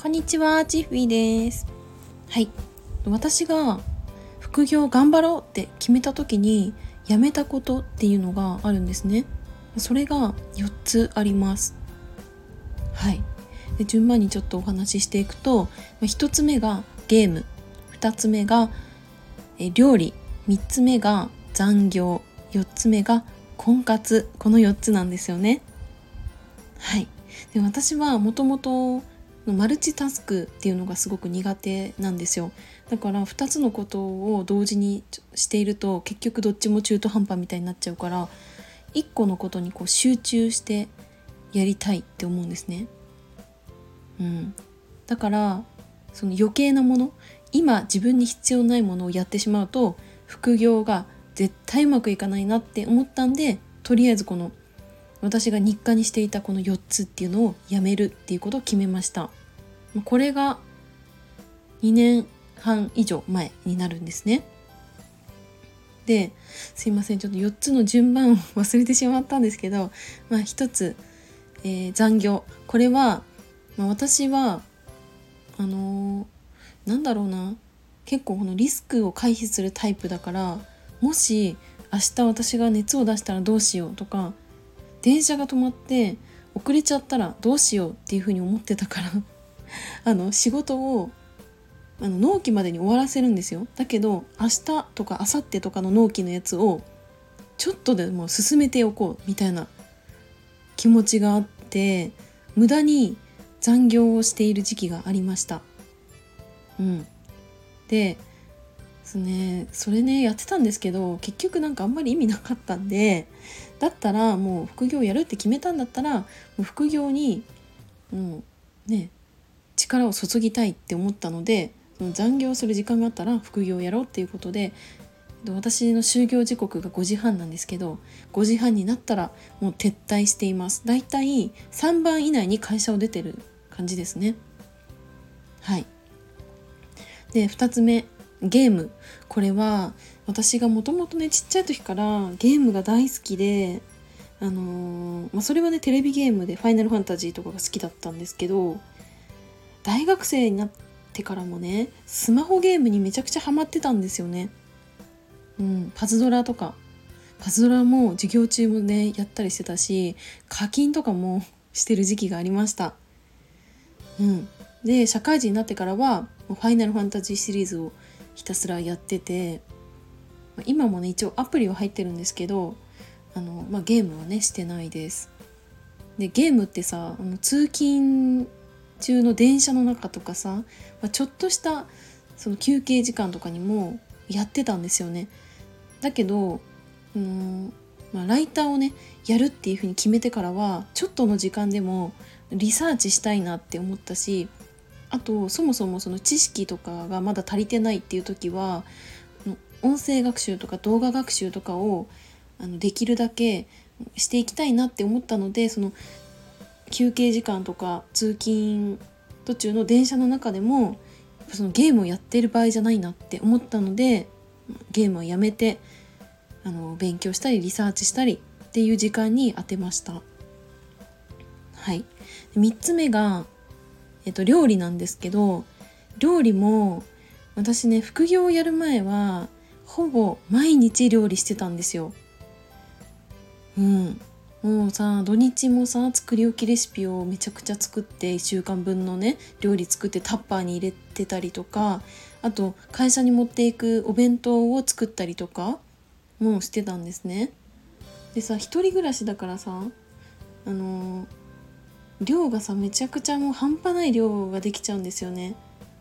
こんにちは、チッフィーです。はい、私が副業頑張ろうって決めた時にやめたことっていうのがあるんですね。それが4つあります。はい。で、順番にちょっとお話ししていくと、1つ目がゲーム、2つ目が料理、3つ目が残業、4つ目が婚活。この4つなんですよね。はい。で、私はもともとマルチタスクっていうのがすごく苦手なんですよ。だから2つのことを同時にしていると結局どっちも中途半端みたいになっちゃうから、1個のことに集中してやりたいって思うんですね。だからその余計なもの、今自分に必要ないものをやってしまうと副業が絶対うまくいかないなって思ったんで、とりあえずこの私が日課にしていたこの4つっていうのをやめるっていうことを決めました。これが2年半以上前になるんですね。で、すいません、ちょっと4つの順番を忘れてしまったんですけど、1つ、残業。これは、私はなんだろうな、結構このリスクを回避するタイプだから、もし明日私が熱を出したらどうしようとか、電車が止まって遅れちゃったらどうしようっていうふうに思ってたから仕事を納期までに終わらせるんですよ。だけど明日とか明後日とかの納期のやつをちょっとでも進めておこうみたいな気持ちがあって、無駄に残業をしている時期がありました。でそれねやってたんですけど、結局なんかあんまり意味なかったんで、だったらもう副業やるって決めたんだったら、もう副業に力を注ぎたいって思ったので、その残業する時間があったら副業をやろうっていうことで、私の就業時刻が5時半なんですけど、5時半になったらもう撤退しています。だいたい3番以内に会社を出てる感じですね。はい。で、2つ目、ゲーム。これは私がもともとね、ちっちゃい時からゲームが大好きで、それはねテレビゲームでファイナルファンタジーとかが好きだったんですけど、大学生になってからもねスマホゲームにめちゃくちゃハマってたんですよね。パズドラとか、パズドラも授業中もねやったりしてたし、課金とかもしてる時期がありました。で、社会人になってからはファイナルファンタジーシリーズをひたすらやってて、今もね一応アプリは入ってるんですけど、ゲームはねしてないです。で、ゲームってさ、通勤中の電車の中とかさ、ちょっとしたその休憩時間とかにもやってたんですよね。だけど、ライターをねやるっていう風に決めてからは、ちょっとの時間でもリサーチしたいなって思ったし、あとそもそもその知識とかがまだ足りてないっていう時は、音声学習とか動画学習とかをできるだけしていきたいなって思ったので、その休憩時間とか通勤途中の電車の中でもそのゲームをやっている場合じゃないなって思ったので、ゲームをやめて勉強したりリサーチしたりっていう時間に当てました。はい。3つ目が、料理なんですけど、料理も私ね副業をやる前はほぼ毎日料理してたんですよ。もうさ、土日もさ作り置きレシピをめちゃくちゃ作って、1週間分のね料理作ってタッパーに入れてたりとか、あと会社に持っていくお弁当を作ったりとかもしてたんですね。でさ、一人暮らしだからさ、量がさめちゃくちゃもう半端ない量ができちゃうんですよね。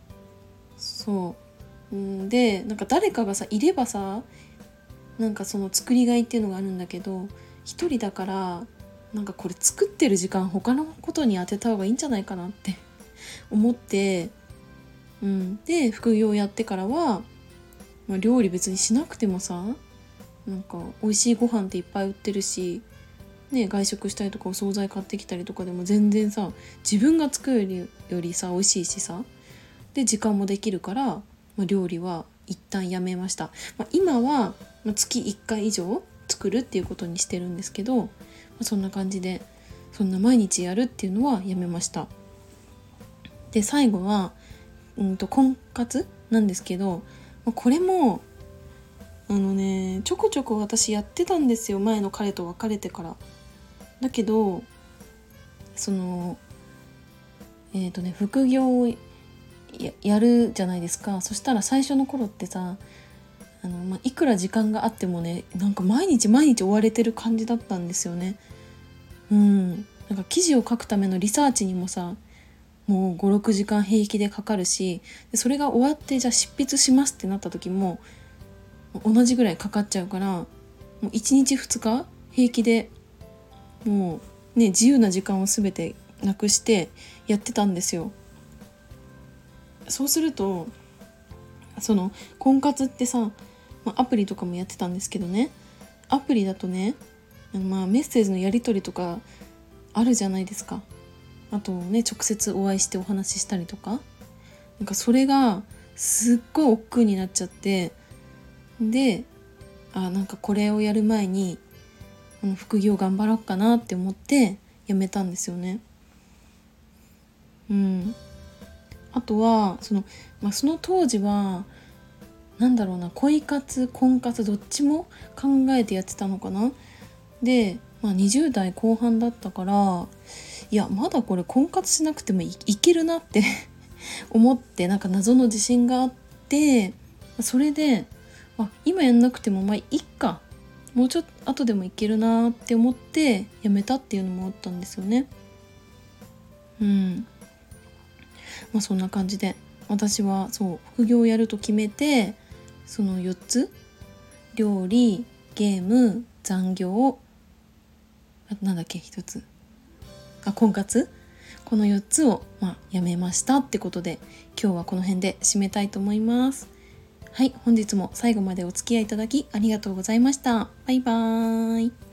で、なんか誰かがさいればさ、なんかその作りがいっていうのがあるんだけど、一人だからなんかこれ作ってる時間他のことに当てた方がいいんじゃないかなって思って、で副業やってからは、料理別にしなくてもさ、なんか美味しいご飯っていっぱい売ってるし、外食したりとかお惣菜買ってきたりとかでも全然さ、自分が作るよりさ美味しいしさ、で時間もできるから、料理は一旦やめました。今は月1回以上作るっていうことにしてるんですけど、そんな感じで、そんな毎日やるっていうのはやめました。 で最後は婚活なんですけど、これもちょこちょこ私やってたんですよ、前の彼と別れてから。だけどその副業をやるじゃないですか。そしたら最初の頃ってさ、いくら時間があってもね、なんか毎日追われてる感じだったんですよね。なんか記事を書くためのリサーチにもさ、もう5、6時間平気でかかるし、でそれが終わってじゃあ執筆しますってなった時も同じぐらいかかっちゃうから、もう1日2日平気でもうね、自由な時間を全てなくしてやってたんですよ。そうするとその婚活ってさ、アプリとかもやってたんですけどね、アプリだとね、メッセージのやり取りとかあるじゃないですか。あとね、直接お会いしてお話ししたりとか、なんかそれがすっごい億劫になっちゃって、でなんかこれをやる前に副業頑張ろうかなって思ってやめたんですよね。あとはその当時はなんだろうな、恋活婚活どっちも考えてやってたのかな。で、20代後半だったから、いやまだこれ婚活しなくてもいけるなって思って、なんか謎の自信があって、それで今やんなくてもいっか、もうちょっと後でもいけるなって思ってやめたっていうのもあったんですよね。そんな感じで私は副業をやると決めて、その4つ、料理、ゲーム、残業、なんだっけ1つ、婚活、この4つをやめましたってことで、今日はこの辺で締めたいと思います。はい、本日も最後までお付き合いいただきありがとうございました。バイバーイ。